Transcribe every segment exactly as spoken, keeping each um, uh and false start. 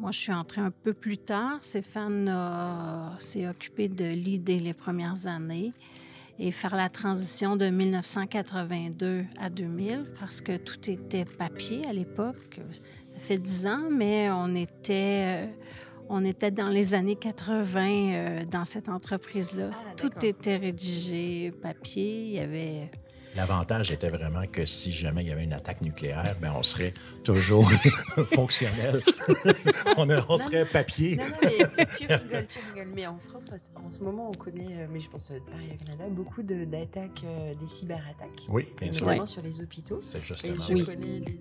moi, je suis entrée un peu plus tard. Stéphane a, s'est occupé de l'idée les premières années et faire la transition de dix-neuf cent quatre-vingt-deux à deux mille parce que tout était papier à l'époque. Ça fait dix ans, mais on était, on était dans les années quatre-vingt euh, dans cette entreprise-là. Ah, tout d'accord. était rédigé papier. Il y avait... L'avantage était vraiment que si jamais il y avait une attaque nucléaire, ben on serait toujours fonctionnel. on, a- on Non, serait papier. Non, non, mais tu rigoles, tu rigoles. Mais en France, en ce moment, on connaît, euh, mais je pense euh, pareil au Canada, beaucoup de, d'attaques, euh, des cyberattaques, Oui, bien sûr. notamment Ouais. sur les hôpitaux. C'est Et justement. je Oui. connais des, des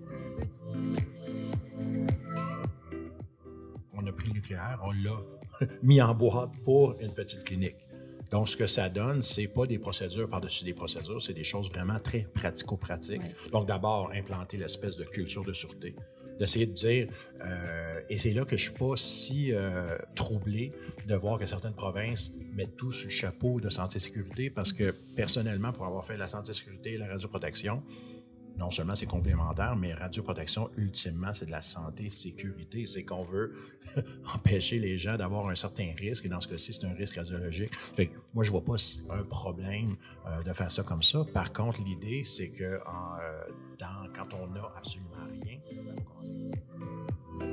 On a pris le nucléaire, on l'a mis en boîte pour une petite clinique. Donc, ce que ça donne, c'est pas des procédures par-dessus des procédures, c'est des choses vraiment très pratico-pratiques. Ouais. Donc, d'abord, implanter l'espèce de culture de sûreté, d'essayer de dire, euh, et c'est là que je suis pas si euh, troublé de voir que certaines provinces mettent tout sous le chapeau de santé-sécurité, parce que personnellement, pour avoir fait la santé-sécurité et la radioprotection, non seulement c'est complémentaire, mais radioprotection, ultimement, c'est de la santé-sécurité. C'est qu'on veut empêcher les gens d'avoir un certain risque, et dans ce cas-ci, c'est un risque radiologique. Fait que moi, je vois pas un problème euh, de faire ça comme ça. Par contre, l'idée, c'est que en, euh, dans, quand on n'a absolument rien, ben, on commence.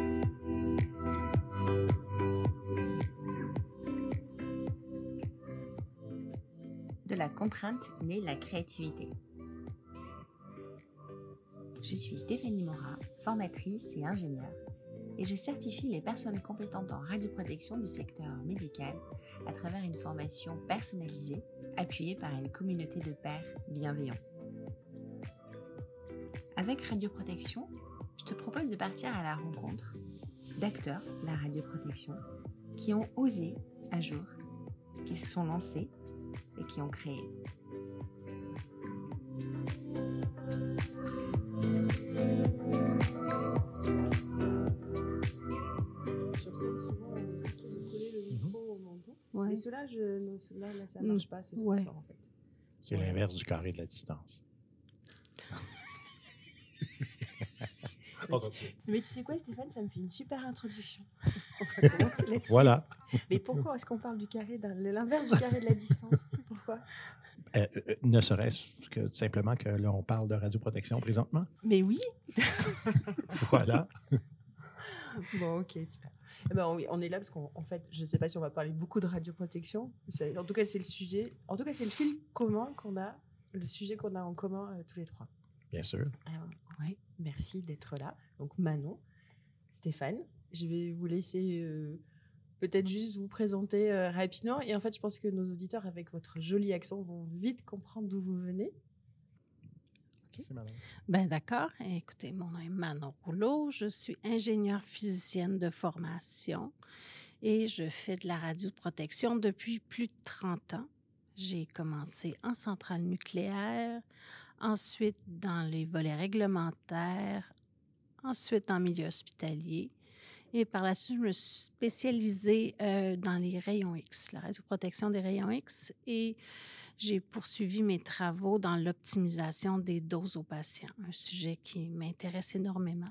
De la contrainte naît la créativité. Je suis Stéphanie Morat, formatrice et ingénieure, et je certifie les personnes compétentes en radioprotection du secteur médical à travers une formation personnalisée appuyée par une communauté de pairs bienveillants. Avec Radioprotection, je te propose de partir à la rencontre d'acteurs de la radioprotection qui ont osé un jour, qui se sont lancés et qui ont créé. Sur scène, souvent, on peut coller le micro au menton. Ouais. Mais ceux-là, je, non, ceux-là là, ça Mm. marche pas, c'est trop Ouais. fort en fait. C'est l'inverse du carré de la distance. On continue. Mais tu sais quoi, Stéphane, ça me fait une super introduction. On va commencer là-dessus. Voilà. Mais pourquoi est-ce qu'on parle du carré, d'un- l'inverse du carré de la distance? Pourquoi? Euh, euh, ne serait-ce que simplement que là, on parle de radioprotection présentement. Mais oui. Voilà. Bon, ok, super. Eh ben, oui, on est là parce qu'en en fait, je ne sais pas si on va parler beaucoup de radioprotection. C'est- En tout cas, c'est le sujet. En tout cas, c'est le fil commun qu'on a, le sujet qu'on a en commun euh, tous les trois. Bien sûr. Alors, ouais, merci d'être là. Donc Manon, Stéphane, je vais vous laisser euh, peut-être juste vous présenter euh, rapidement. Et en fait, je pense que nos auditeurs, avec votre joli accent, vont vite comprendre d'où vous venez. C'est malin. Ben d'accord. Écoutez, mon nom est Manon Rouleau. Je suis ingénieure physicienne de formation et je fais de la radioprotection depuis plus de trente ans. J'ai commencé en centrale nucléaire, ensuite dans les volets réglementaires, ensuite en milieu hospitalier. Et par la suite, je me suis spécialisée euh, dans les rayons X, la radioprotection des rayons X, et j'ai poursuivi mes travaux dans l'optimisation des doses aux patients, un sujet qui m'intéresse énormément.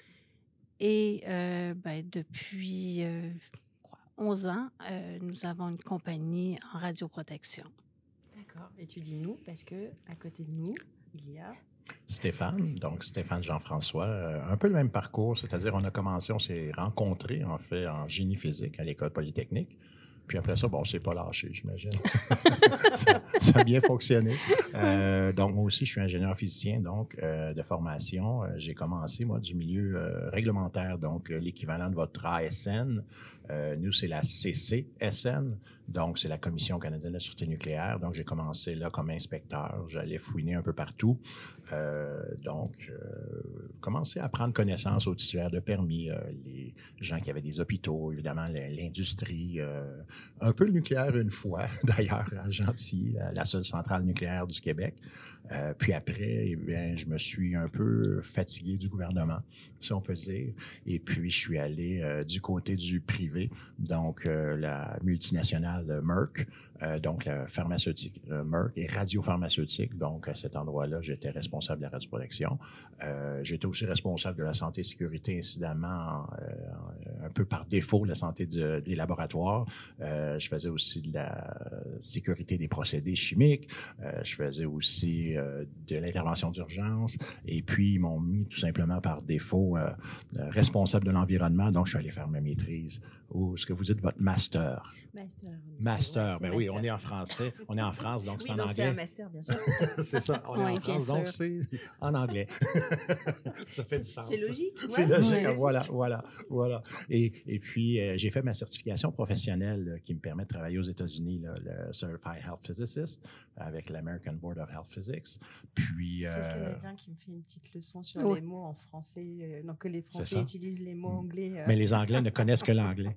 Et euh, ben, depuis euh, quoi, onze ans, euh, nous avons une compagnie en radioprotection. D'accord. Et tu dis nous parce que à côté de nous, il y a. Stéphane, donc Stéphane Jean-François, euh, un peu le même parcours, c'est-à-dire on a commencé, on s'est rencontrés en fait en génie physique à l'école polytechnique. Puis après ça, bon, on ne s'est pas lâché, j'imagine. ça, ça a bien fonctionné. Euh, donc, moi aussi, je suis ingénieur physicien, donc, euh, de formation. Euh, j'ai commencé, moi, du milieu euh, réglementaire, donc, euh, l'équivalent de votre A S N. Euh, nous, c'est la C C S N, donc, c'est la Commission canadienne de la sûreté nucléaire. Donc, j'ai commencé là comme inspecteur. J'allais fouiner un peu partout. Euh, donc, euh, commencer à prendre connaissance aux titulaires de permis, euh, les gens qui avaient des hôpitaux, évidemment, l'industrie, euh, un peu le nucléaire une fois, d'ailleurs, à Gentilly, la, la seule centrale nucléaire du Québec. Euh, puis après, eh bien, je me suis un peu fatigué du gouvernement, si on peut dire. Et puis, je suis allé euh, du côté du privé, donc euh, la multinationale Merck, euh, donc la pharmaceutique euh, Merck et radiopharmaceutique. Donc, à cet endroit-là, j'étais responsable de la radioprotection. Euh, j'étais aussi responsable de la santé et sécurité, incidemment, euh, un peu par défaut, la santé de, des laboratoires. Euh, je faisais aussi de la sécurité des procédés chimiques. Euh, je faisais aussi euh, de l'intervention d'urgence. Et puis, ils m'ont mis tout simplement par défaut euh, responsable de l'environnement. Donc, je suis allé faire ma maîtrise ou ce que vous dites, votre master. Master. Master. Ouais, Ben oui, master. on est en français. On est en France, donc oui, c'est en donc anglais. C'est un master, bien sûr. C'est ça, on est Oui, en France, bien donc sûr. c'est en anglais. Ça fait du sens. C'est logique. C'est ouais. logique, Ouais. voilà, voilà, voilà. Et, et puis, euh, j'ai fait ma certification professionnelle euh, qui me permet de travailler aux États-Unis, là, le Certified Health Physicist, avec l'American Board of Health Physics. Puis, C'est euh, le Canadien qui me fait une petite leçon sur Oui. les mots en français, euh, donc que les C'est Français ça. utilisent les mots anglais. euh. mais les Anglais ne connaissent que l'anglais.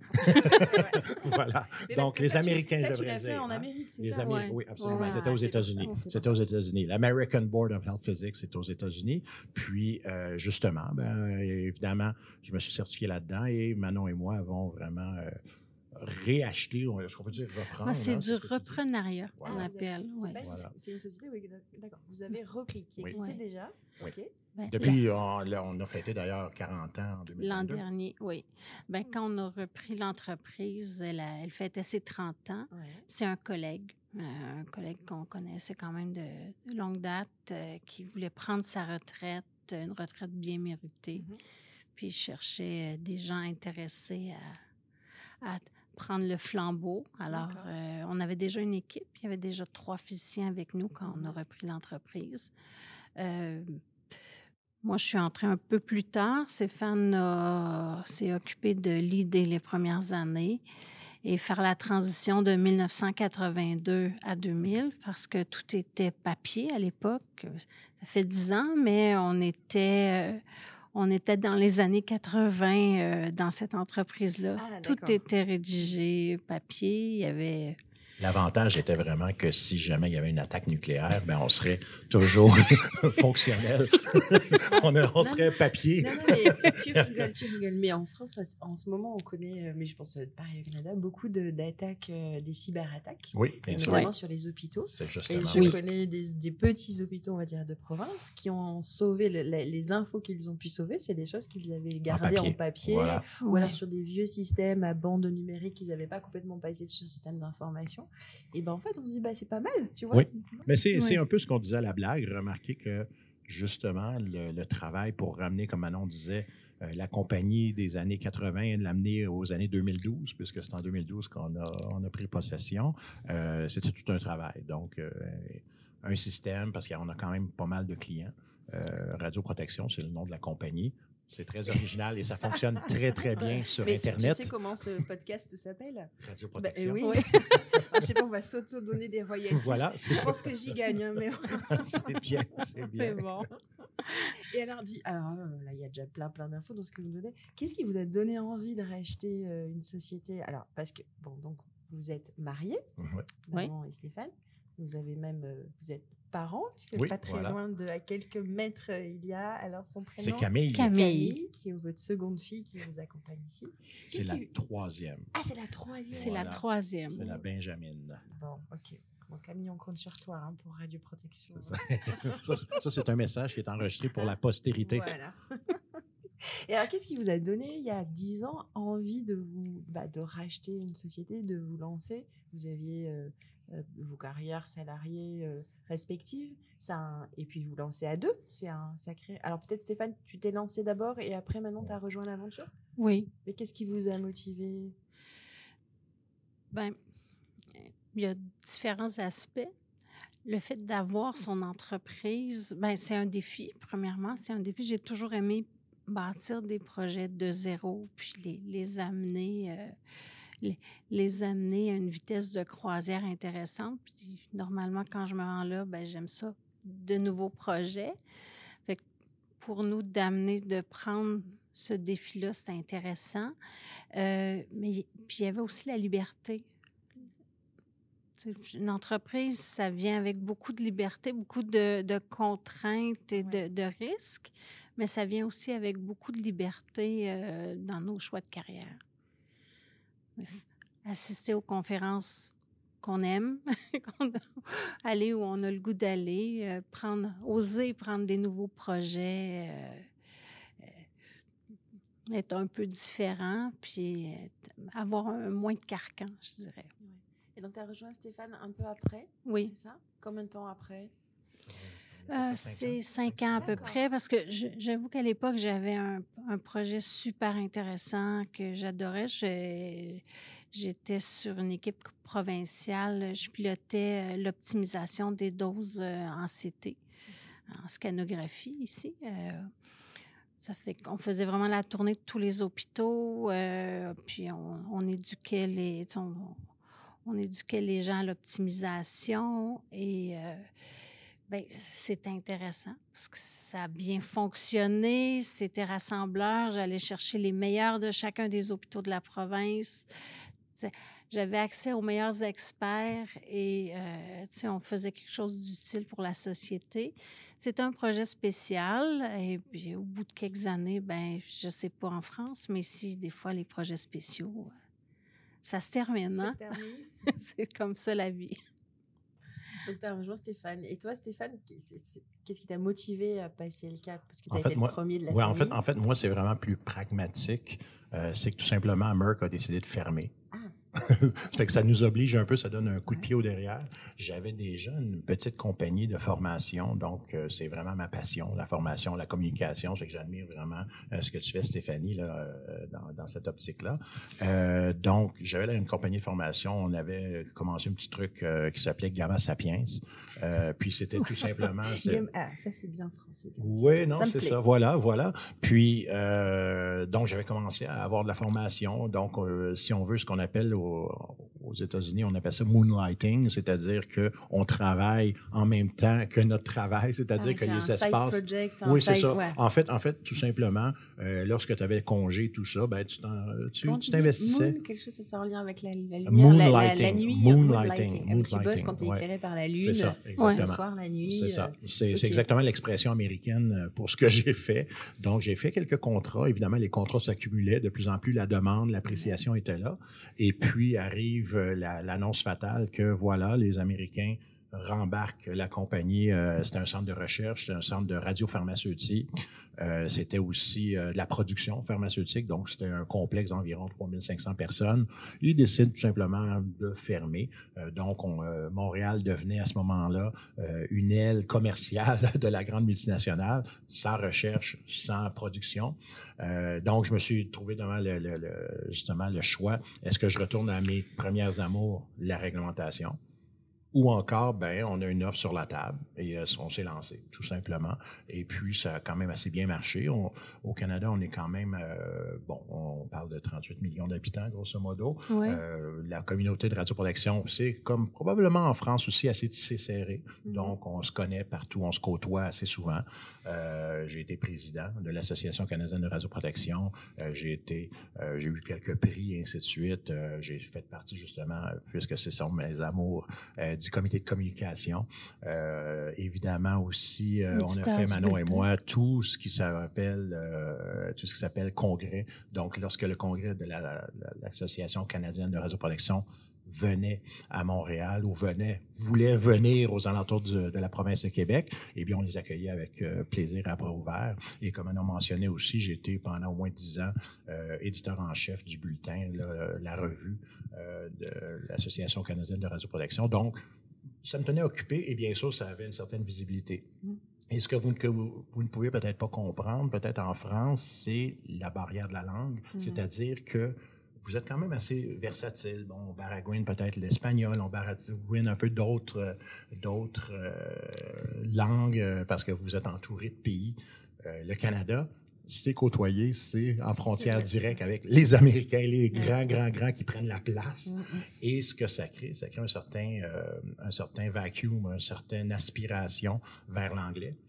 Voilà. Mais parce Donc, que les ça, tu- Américains, ça, je tu devrais l'as fait dire, en hein. Amérique, c'est Les ça? Américains, Ouais. oui, absolument. Ouais. C'était aux Ah, c'est pour États-Unis. ça, c'est pour C'était ça. aux États-Unis. L'American Board of Health Physics, c'est aux États-Unis. Puis, euh, justement, ben, évidemment, je me suis certifié là-dedans et Manon et moi avons vraiment euh, réacheté, est-ce qu'on peut dire reprendre? Ah, c'est hein, du ce que tu dis? reprenariat, Wow. on vous avez- appelle. c'est Ouais. pas- Voilà. C'est une société, oui, d'accord. Vous avez repris, qui Oui. existait Ouais. déjà. Oui. OK. Ben, Depuis, on, là, on a fêté d'ailleurs quarante ans en deux mille L'an vingt-deux. dernier, oui. Ben, quand on a repris l'entreprise, elle, a- elle fêtait ses trente ans. Ouais. C'est un collègue, euh, un collègue qu'on connaissait quand même de, de longue date, euh, qui voulait prendre sa retraite, une retraite bien méritée. Mhm. Puis il cherchait euh, des gens intéressés à, à prendre le flambeau. Alors, D'accord. euh, on avait déjà une équipe. Il y avait déjà trois physiciens avec nous quand on a repris l'entreprise. Euh, Moi, je suis entrée un peu plus tard. Stéphane a- s'est occupé de l'idée les premières années et faire la transition de mille neuf cent quatre-vingt-deux à deux mille parce que tout était papier à l'époque. Ça fait dix ans, mais on était, euh, on était dans les années quatre-vingt euh, dans cette entreprise-là. Ah, Tout d'accord. était rédigé papier. Il y avait... L'avantage était vraiment que si jamais il y avait une attaque nucléaire, ben on serait toujours fonctionnel. on, a- on Non, serait papier. Non, non, mais tu rigoles, tu rigoles. Mais en France, en ce moment, on connaît, euh, mais je pense euh, pareil au Canada, beaucoup de- d'attaques, euh, des cyberattaques, Oui, bien sûr. notamment Ouais. sur les hôpitaux. C'est Et justement. je Oui. connais des, des petits hôpitaux, on va dire, de province, qui ont sauvé le- les, les infos qu'ils ont pu sauver. C'est des choses qu'ils avaient gardées en papier, Voilà. ou Ouais. alors sur des vieux systèmes à bande numérique qu'ils n'avaient pas complètement passé sur le système d'information. Et ben en fait, on se dit, bah, c'est pas mal, tu vois. Oui. Mais c'est Oui. c'est un peu ce qu'on disait à la blague. Remarquez que, justement, le, le travail pour ramener, comme Manon disait, euh, la compagnie des années quatre-vingt, l'amener aux années deux mille douze, puisque c'est en deux mille douze qu'on a, on a pris possession, euh, c'était tout un travail. Donc, euh, un système, parce qu'on a quand même pas mal de clients. Euh, Radioprotection, c'est le nom de la compagnie. C'est très original et ça fonctionne très, très bien sur Mais Internet. tu sais comment ce podcast s'appelle? Bah, Radioprotection. oui. Je sais pas, on va s'auto-donner des royalties. Voilà, c'est Je pense que j'y gagne. Hein, mais... c'est bien, c'est bien. C'est bon. Et alors, dit, alors euh, là, il y a déjà plein, plein d'infos dans ce que vous nous donnez. Qu'est-ce qui vous a donné envie de racheter euh, une société? Alors, parce que, bon, donc, vous êtes mariés, Ouais. Manon et Stéphane. Vous avez même, euh, vous êtes parents, parce que Oui, pas très voilà. loin de, à quelques mètres, euh, il y a, alors son prénom? C'est Camille. Camille. Camille, qui est votre seconde fille qui vous accompagne ici. C'est Qu'est-ce la qui- troisième. Ah, c'est la troisième. C'est Voilà. la troisième. C'est la Benjamine. Bon, ok. Bon, Camille, on compte sur toi hein, pour Radioprotection. C'est ça, ça, ça, c'est un message qui est enregistré pour la postérité. Voilà. Et alors, qu'est-ce qui vous a donné, il y a dix ans, envie de, vous, bah, de racheter une société, de vous lancer? Vous aviez euh, euh, vos carrières salariées euh, respectives, ça, un- et puis vous lancez à deux, c'est un sacré... Alors peut-être Stéphane, tu t'es lancé d'abord et après maintenant tu as rejoint l'aventure. Oui. Mais qu'est-ce qui vous a motivé? Ben, il y a différents aspects. Le fait d'avoir son entreprise, ben, c'est un défi, premièrement. C'est un défi. J'ai toujours aimé bâtir des projets de zéro, puis les, les amener, euh, les, les amener à une vitesse de croisière intéressante. Puis normalement, quand je me rends là, ben, j'aime ça, de nouveaux projets. Fait que pour nous, d'amener, de prendre ce défi-là, c'est intéressant. Euh, mais puis il y avait aussi la liberté. Une entreprise, ça vient avec beaucoup de liberté, beaucoup de, de contraintes et Ouais. de, de risques, mais ça vient aussi avec beaucoup de liberté euh, dans nos choix de carrière. Assister aux conférences qu'on aime, qu'on a- aller où on a le goût d'aller, euh, prendre, oser prendre des nouveaux projets, euh, euh, être un peu différent, puis euh, avoir un moins de carcan, je dirais. Et donc, tu as rejoint Stéphane un peu après, Oui. c'est ça? Combien de temps après? Euh, c'est cinq ans à peu D'accord. près, parce que je- j'avoue qu'à l'époque, j'avais un, un projet super intéressant que j'adorais. Je- J'étais sur une équipe provinciale. Je pilotais euh, l'optimisation des doses euh, en C T, en scanographie ici. Euh, ça fait qu'on faisait vraiment la tournée de tous les hôpitaux, euh, puis on, on éduquait les, tu sais, on, on éduquait les gens à l'optimisation et euh, ben, c'était intéressant parce que ça a bien fonctionné. C'était rassembleur. J'allais chercher les meilleurs de chacun des hôpitaux de la province. T'sais, j'avais accès aux meilleurs experts et euh, t'sais, on faisait quelque chose d'utile pour la société. C'était un projet spécial et puis au bout de quelques années, ben je sais pas en France, mais ici, des fois, les projets spéciaux, ça se termine. Ça Hein? se termine. C'est comme ça la vie. Donc, tu as rejoint Stéphane. Et toi, Stéphane, qu'est- c'est- qu'est-ce qui t'a motivé à passer le cap? Parce que tu as En été fait, le moi, premier de la ouais, en famille. fait, en fait, moi, c'est vraiment plus pragmatique. Euh, c'est que tout simplement, Merck a décidé de fermer. Ah. Ça fait que ça nous oblige un peu, ça donne un coup de Ouais. pied au derrière. J'avais déjà une petite compagnie de formation, donc euh, c'est vraiment ma passion, la formation, la communication. C'est que j'admire vraiment euh, ce que tu fais, Stéphanie, là, euh, dans, dans cette optique-là. Euh, donc, j'avais là une compagnie de formation. On avait commencé un petit truc euh, qui s'appelait Gamma Sapiens. Euh, puis c'était tout simplement... c'est- Game- Ah, ça, c'est bien français. Oui, non, me c'est plaît. ça. Voilà, voilà. Puis, euh, donc, j'avais commencé à avoir de la formation. Donc, euh, si on veut, ce qu'on appelle au- aux États-Unis, on appelle ça moonlighting, c'est-à-dire qu'on travaille en même temps que notre travail, c'est-à-dire Ah, que c'est les un side espaces... project, un Oui, c'est side- ça. ouais. En fait, en fait, tout simplement, euh, lorsque tu avais congé, tout ça, ben, tu t'en- tu Comment tu tu t'investissais. dis? Moon, quelque chose, ça en lien avec la, la lumière, Moonlighting. la, la, la nuit. Moonlighting. Ah, mais tu bosses Moonlighting, quand tu es ouais. éclairé par la lune. C'est ça, Le exactement. soir, la nuit. C'est ça. euh, C'est ok. c'est exactement l'expression américaine pour ce que j'ai fait. Donc, j'ai fait quelques contrats. Évidemment, les contrats s'accumulaient. De plus en plus, la demande, l'appréciation était là. Et puis, arrive euh, la- l'annonce fatale que, voilà, les Américains rembarquent la compagnie. Euh, c'était un centre de recherche, c'était un centre de radiopharmaceutique. Euh, c'était aussi euh, de la production pharmaceutique. Donc, c'était un complexe d'environ trois mille cinq cents personnes. Ils décident tout simplement de fermer. Euh, donc, on, euh, Montréal devenait à ce moment-là euh, une aile commerciale de la grande multinationale, sans recherche, sans production. Euh, donc, je me suis trouvé devant le, le, le, justement le choix. Est-ce que je retourne à mes premières amours, la réglementation? Ou encore, ben, on a une offre sur la table et euh, on s'est lancé, tout simplement. Et puis, ça a quand même assez bien marché. On, au Canada, on est quand même, euh, bon, on parle de trente-huit millions d'habitants, grosso modo. Oui. Euh, la communauté de radioprotection, c'est comme probablement en France aussi assez tissé serré. Mhm. Donc, on se connaît partout, on se côtoie assez souvent. Euh, j'ai été président de l'Association canadienne de radioprotection. Euh, j'ai été, euh, j'ai eu quelques prix et ainsi de suite. Euh, j'ai fait partie justement, puisque ce sont mes amours, euh, du comité de communication. Euh, évidemment aussi, euh, on a Éditeur fait, du Manon et bulletin. moi, tout ce qui s'appelle euh, tout ce qui s'appelle congrès. Donc, lorsque le congrès de la, la, l'Association canadienne de radioprotection venait à Montréal ou venait, voulait venir aux alentours du, de la province de Québec, eh bien, on les accueillait avec euh, plaisir à bras ouverts. Et comme on a mentionné aussi, j'ai été pendant au moins dix ans euh, éditeur en chef du bulletin, là, la revue euh, de l'Association canadienne de radioprotection. Donc, ça me tenait occupé et bien sûr, ça avait une certaine visibilité. Mm. Et ce que vous, que vous, vous ne pouvez peut-être pas comprendre, peut-être en France, c'est la barrière de la langue. Mm. C'est-à-dire que vous êtes quand même assez versatile. Bon, on baragouine peut-être l'espagnol, on baragouine un peu d'autres, euh, d'autres euh, langues euh, parce que vous êtes entouré de pays. Euh, le Canada, c'est côtoyé, c'est en frontière directe avec les Américains, les grands, grands, grands qui prennent la place. Mm, mm. Et ce que ça crée, ça crée un certain, euh, un certain vacuum, une certaine aspiration vers l'anglais.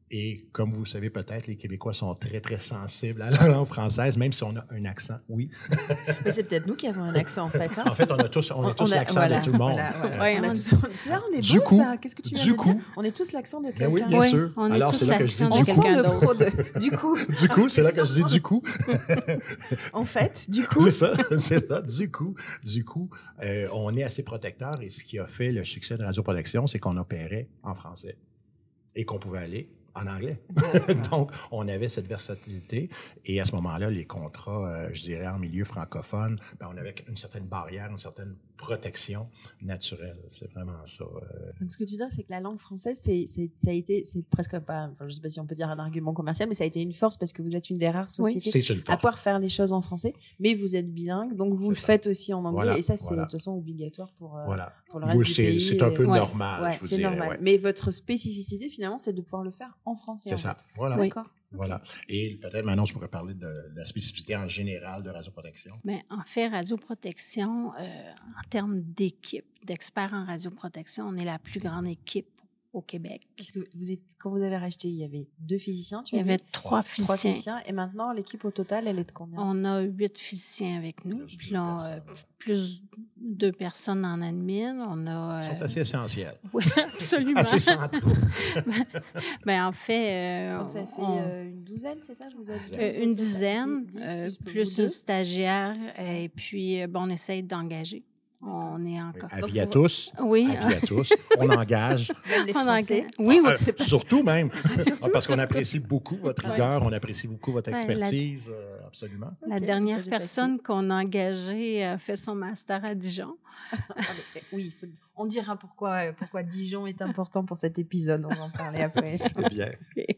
Et comme vous savez peut-être, les Québécois sont très, très sensibles à la langue française, même si on a un accent, oui. Mais c'est peut-être nous qui avons un accent, en fait. Hein? En fait, on a tous, on est tous on a, l'accent voilà, de tout le monde. Voilà, voilà. Ouais, on, a on- tous- ça, on est Du bon, coup, ça. Qu'est-ce que tu viens du de dire? coup. On est tous l'accent de Ben quelqu'un. oui, bien Oui, sûr. on est Alors, tous c'est là que je dis l'accent On de du sent coup. quelqu'un le d'autre. pro de... Du coup, Du coup, c'est là que je dis du coup. en fait, du coup... C'est ça, c'est ça. Du coup, du coup, euh, on est assez protecteur et ce qui a fait le succès de Radioprotection, c'est qu'on opérait en français et qu'on pouvait aller en anglais. Donc, on avait cette versatilité et à ce moment-là, les contrats, euh, je dirais, en milieu francophone, ben, on avait une certaine barrière, une certaine protection naturelle. C'est vraiment ça. euh. Donc, ce que tu dis, c'est que la langue française, c'est, c'est, ça a été, c'est presque pas, enfin, je sais pas si on peut dire un argument commercial, mais ça a été une force parce que vous êtes une des rares Oui. sociétés C'est une à force. pouvoir faire les choses en français, mais vous êtes bilingue, donc vous C'est le ça. faites aussi en anglais, Voilà, et ça, c'est voilà. de toute façon obligatoire pour, euh, Voilà. pour le reste Oui, du c'est, pays. c'est un peu et- Ouais. normal, Ouais, je vous c'est dirais, normal. ouais. Mais votre spécificité, finalement, c'est de pouvoir le faire en français. C'est en ça. fait. Voilà. Oui. D'accord. Voilà. Et peut-être maintenant, je pourrais parler de, de la spécificité en général de Radioprotection. Mais en fait, radioprotection, euh, en termes d'équipe, d'experts en radioprotection, on est la plus grande équipe au Québec. Parce que vous êtes, quand vous avez racheté, il y avait deux physiciens, tu Il y as avait dit trois Trois physiciens. physiciens. Et maintenant, l'équipe au total, elle est de combien? On a huit physiciens avec nous, Plus puis deux là, on, euh, personnes. plus deux personnes en admin. On a. Ils sont euh, assez essentiels. Oui, absolument. Assez centraux. Mais en fait, euh, Donc, ça fait on- euh, une douzaine, c'est ça? Je vous ai dit euh, douze au une total. dizaine, Dix, euh, plus plus vous une deux. stagiaire, et puis euh, bon, on essaye d'engager. On est Oui, encore. avis à Donc, tous. Oui, Avis à tous. On engage. Même les on Français. engage. Oui, oui. Ah, euh, surtout même. Surtout, Ah, parce qu'on surtout. apprécie beaucoup votre Ouais. rigueur, on apprécie beaucoup votre Ouais, la- expertise. euh, absolument. La Ok, dernière ça, j'ai personne qu'on a engagée a fait son master à Dijon. Ah, mais, oui, il faut- on dira pourquoi, euh, pourquoi Dijon est important pour cet épisode. On va en parler après. C'est bien.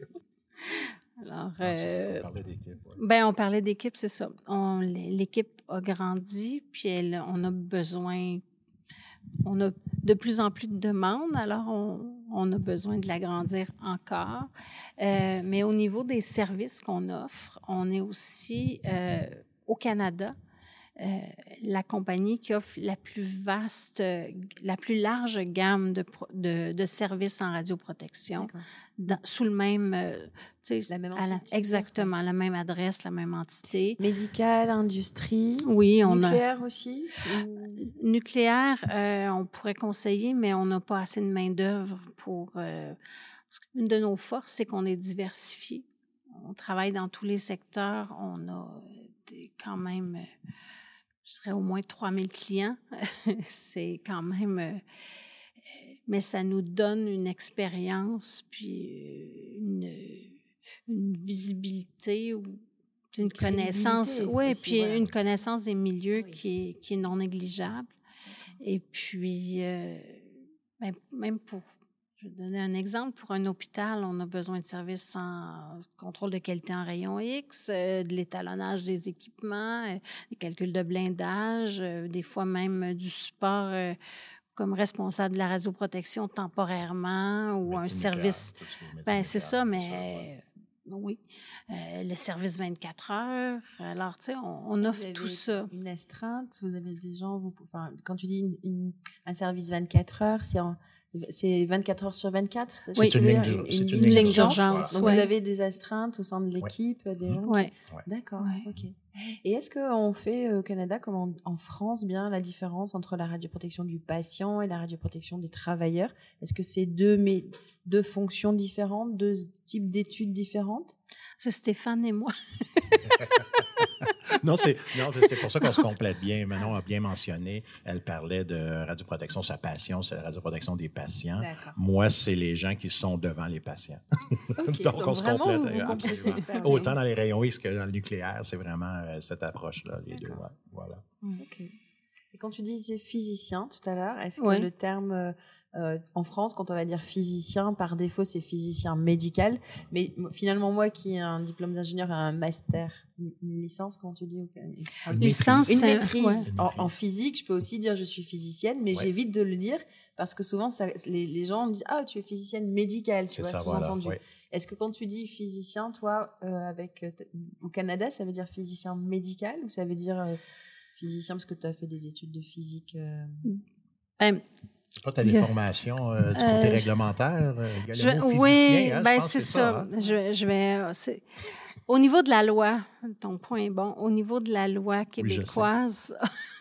Alors, Non, c'est ça, euh, on parlait d'équipe. ouais. ben, on parlait d'équipe, c'est ça. On- L'équipe a grandi, puis elle, on a besoin, on a de plus en plus de demandes, alors on, on a besoin de l'agrandir encore. Euh, mais au niveau des services qu'on offre, on est aussi euh, au Canada. Euh, la compagnie qui offre la plus vaste, euh, la plus large gamme de, pro- de, de services en radioprotection, D'accord. dans- sous le même, euh, tu sais, La même à la- entité, tu veux dire, exactement, la même adresse, la même entité. Médical, industrie, Oui, on nucléaire aussi. ou- a nucléaire, euh, on pourrait conseiller, mais on n'a pas assez de main d'œuvre pour. Euh, parce qu'une de nos forces, c'est qu'on est diversifié. On travaille dans tous les secteurs. On a des- quand même, euh, je dirais au moins trois mille clients. C'est quand même. euh, mais ça nous donne une expérience, puis euh, une, une visibilité ou une connaissance, crédibilité oui, aussi, puis voilà. une connaissance des milieux Oui. qui, est, qui est non négligeable. Et puis, euh, ben, même pour, je vais donner un exemple, pour un hôpital, on a besoin de services en contrôle de qualité en rayon X, euh, de l'étalonnage des équipements, euh, des calculs de blindage, euh, des fois même euh, du support euh, comme responsable de la radioprotection temporairement ou un Médecine service. nucléaire, tout ce qui est médecine Ben c'est nucléaire, ça, tout mais euh, oui. Euh, le service vingt-quatre heures. Alors, tu sais, on, on Vous offre avez tout ça. Une astreinte, vous avez des gens, vous, enfin, quand tu dis une- une- un service vingt-quatre heures, c'est en- c'est vingt-quatre heures sur vingt-quatre, c'est ça Oui. que tu C'est veux une dire? ligne, c'est une ligne d'urgence, Donc ouais. vous avez des astreintes au sein de l'équipe, des gens. qui- Ouais. D'accord, Ouais. ok. Et est-ce qu'on fait euh, au Canada, comme en, en France, bien la différence entre la radioprotection du patient et la radioprotection des travailleurs? Est-ce que c'est deux, mais, deux fonctions différentes, deux types d'études différentes? C'est Stéphane et moi. Non, c'est, non, c'est pour ça qu'on se complète bien. Manon a bien mentionné, elle parlait de radioprotection, sa passion, c'est la radioprotection des patients. D'accord. Moi, c'est les gens qui sont devant les patients. Ok, Donc, on se vraiment, complète, vous vous euh, complétez absolument. hyper bien. Autant dans les rayons X que dans le nucléaire, c'est vraiment euh, cette approche-là, les deux. D'accord. ouais, voilà. Ok. Et quand tu disais physicien tout à l'heure, est-ce que Ouais. le terme euh, euh, en France, quand on va dire physicien, par défaut, c'est physicien médical. Mais m- finalement, moi qui ai un diplôme d'ingénieur et un master, une une licence, comment tu dis au Canada? Une Licence, Une c'est- maîtrise ouais. Une en, maîtrise. en physique, je peux aussi dire je suis physicienne, mais Ouais. j'évite de le dire parce que souvent, ça, les, les gens disent ah tu es physicienne médicale, tu C'est vois, ça, voilà. sous-entendu. ouais. Est-ce que quand tu dis physicien, toi, euh, avec euh, t- au Canada, ça veut dire physicien médical ou ça veut dire euh, physicien parce que tu as fait des études de physique euh, Ben, Toi, tu as des Yeah. formations euh, du côté Euh, je- réglementaire. euh, Il y a le Je- mot physicien, oui, hein, je ben pense que c'est ça. hein? Je, je vais. euh, c'est- Au niveau de la loi, ton point est bon. Au niveau de la loi Oui, je sais. québécoise,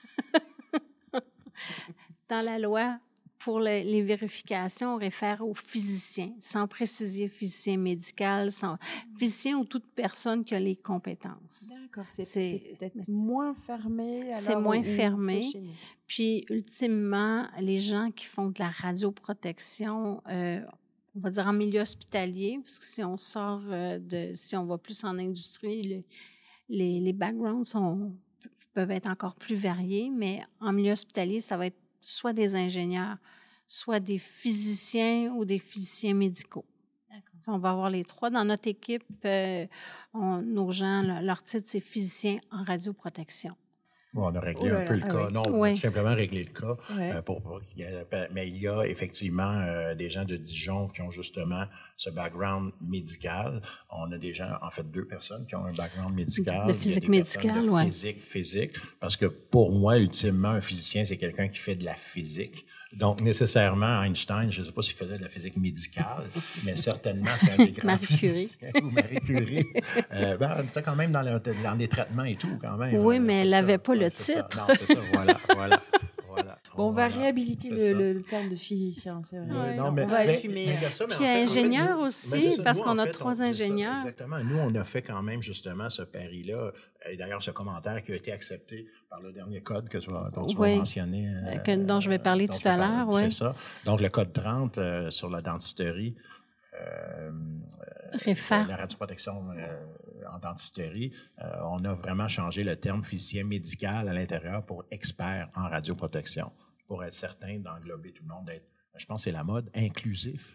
dans la loi, pour le- les vérifications, on réfère au physicien, sans préciser physicien médical, sans physicien ou toute personne qui a les compétences. D'accord, c'est, C'est- c'est peut-être moins fermé. C'est alors, moins ou- ou fermé. chez nous. Puis, ultimement, les gens qui font de la radioprotection, euh, on va dire en milieu hospitalier, parce que si on sort euh, de, si on va plus en industrie, le- les, les backgrounds sont, peuvent être encore plus variés, mais en milieu hospitalier, ça va être soit des ingénieurs, soit des physiciens ou des physiciens médicaux. D'accord. On va avoir les trois. Dans notre équipe, euh, on- nos gens, le- leur titre, c'est physicien en radioprotection. Bon, on a réglé Oh là un peu là, le ah cas. oui. Non, on a Oui. tout simplement réglé le cas. Ouais. euh, pour, pour qu'il y ait- mais il y a effectivement euh, des gens de Dijon qui ont justement ce background médical. On a des gens, en fait, deux personnes qui ont un background médical. De Il y a physique des personnes médicale, de ouais. Physique, physique. Parce que pour moi, ultimement, un physicien, c'est quelqu'un qui fait de la physique. Donc, nécessairement, Einstein, je ne sais pas s'il faisait de la physique médicale, mais certainement, c'est un des grands Marie Curie. physiciens. Ou Marie Curie. euh, ben, elle était quand même dans, le, dans les traitements et tout, quand même. Oui, Euh, mais c'est elle ça. n'avait pas Ouais, le c'est ça. titre. Non, c'est ça, voilà, voilà, voilà. Bon, on va Voilà, réhabiliter c'est le, ça. le, le terme de physicien, c'est vrai. Oui, Ouais, non, on mais, on va mais- assumer. mais il y a ça, mais Puis en fait- en fait, ingénieur nous- aussi, mais c'est ça, parce nous, qu'on en a fait, trois on- c'est ça, ingénieurs. Exactement. Nous, on a fait quand même justement ce pari-là. Et d'ailleurs, ce commentaire qui a été accepté par le dernier code que tu vas, dont tu Oui. vas mentionner. euh, Que- dont je vais parler dont tout tu à parles. l'heure, oui. C'est ça. Donc, le code trente euh, sur la dentisterie. Euh, Réfère. la radioprotection euh, en dentisterie, euh, on a vraiment changé le terme physicien médical à l'intérieur pour expert en radioprotection, pour être certain d'englober tout le monde, d'être, je pense que c'est la mode, inclusif.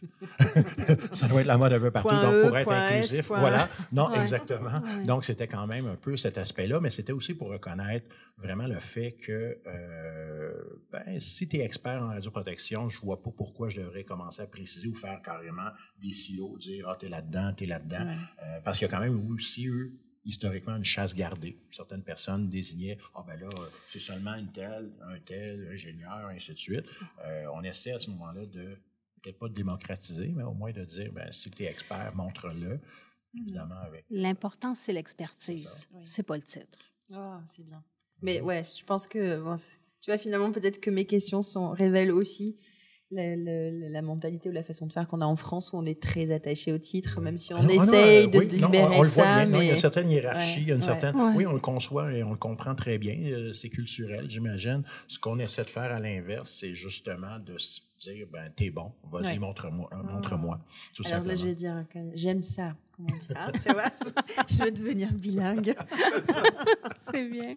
Ça doit être la mode un peu partout, Point donc E, pour être point S, inclusif, point- voilà. Non, Ouais. exactement. Ouais. Donc, c'était quand même un peu cet aspect-là, mais c'était aussi pour reconnaître vraiment le fait que euh, ben, si tu es expert en radioprotection, je vois pas pourquoi je devrais commencer à préciser ou faire carrément des silos, dire « Ah, t'es là-dedans, t'es là-dedans Ouais. Euh, parce qu'il y a quand même aussi, eux, historiquement, une chasse gardée. Certaines personnes désignaient « Ah, ben là, euh, c'est seulement une telle, un tel, ingénieur, ainsi de suite. Euh, » On essaie à ce moment-là de, peut-être pas de démocratiser, mais au moins de dire ben, « Si tu es expert, montre-le. » Évidemment, avec... L'important, c'est C'est l'expertise. ça. Oui. C'est pas le titre. Ah, c'est bien. Mais ouais, je pense que, bon, c'est- tu vois, finalement, peut-être que mes questions sont, révèlent aussi la, la- la mentalité ou la façon de faire qu'on a en France, où on est très attaché au titre, même si on Ah non, ah non, essaye euh, de oui, se non, libérer on, on de le voit ça. bien, non, mais... il y a une certaine hiérarchie, Ouais, il y a une ouais. certaine... Ouais. Oui, on le conçoit et on le comprend très bien, euh, c'est culturel, j'imagine. Ce qu'on essaie de faire à l'inverse, c'est justement de se dire, ben, t'es bon, vas-y, Ouais. montre-moi, Ah. montre-moi, tout Alors là, simplement. je vais dire que j'aime ça. Comment dire hein, tu vois, je veux devenir bilingue. C'est bien.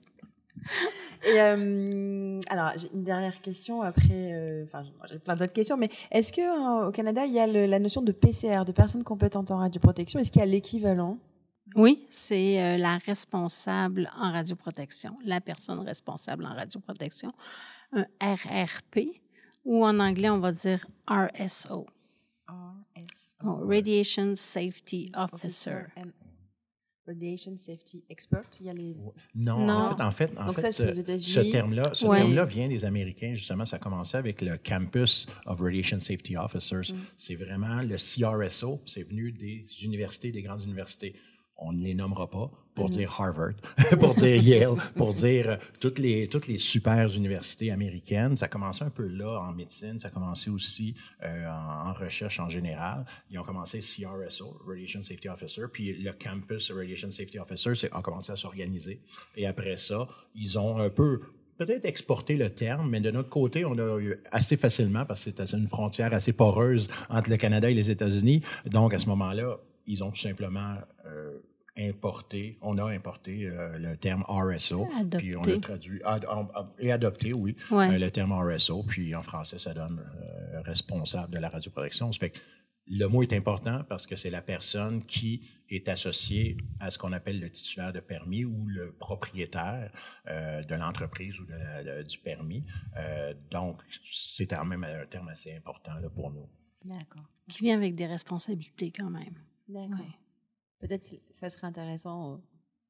Et euh, alors, j'ai une dernière question après. euh, Enfin, j'ai plein d'autres questions, mais est-ce que euh, au Canada, il y a le- la notion de P C R, de personne compétente en radioprotection? Est-ce qu'il y a l'équivalent? Oui, c'est euh, la responsable en radioprotection, la personne responsable en radioprotection, un R R P, ou en anglais, on va dire R S O, R S oh, Radiation Safety Officer. and Radiation Safety Expert. Il y a les. Non, Non. en fait, en fait, en Donc fait ça, c'est aux ce, États-Unis. ce terme-là, ce Ouais. terme-là vient des Américains, justement, ça a commencé avec le Campus of Radiation Safety Officers. Mm. C'est vraiment le C R S O, c'est venu des universités, des grandes universités. On ne les nommera pas pour Mhm. dire Harvard, pour dire Yale, pour dire euh, toutes les, toutes les super universités américaines. Ça a commencé un peu là en médecine, ça a commencé aussi euh, en, en recherche en général. Ils ont commencé C R S O, Radiation Safety Officer, puis le Campus Radiation Safety Officer c'est, a commencé à s'organiser. Et après ça, ils ont un peu peut-être exporté le terme, mais de notre côté, on a eu assez facilement, parce que c'est une frontière assez poreuse entre le Canada et les États-Unis. Donc, à ce moment-là, ils ont tout simplement euh, importé, on a importé euh, le terme R S O, Adopté. puis on l'a traduit, ad- ad- et adopté, oui, Ouais. euh, le terme R S O, puis en français, ça donne euh, responsable de la radioprotection. Ça fait que le mot est important parce que c'est la personne qui est associée à ce qu'on appelle le titulaire de permis ou le propriétaire euh, de l'entreprise ou de la- de- du permis. Euh, donc, c'est quand même un terme assez important là, pour nous. D'accord. Qui vient avec des responsabilités quand même. D'accord. Ouais. Peut-être que ça serait intéressant euh,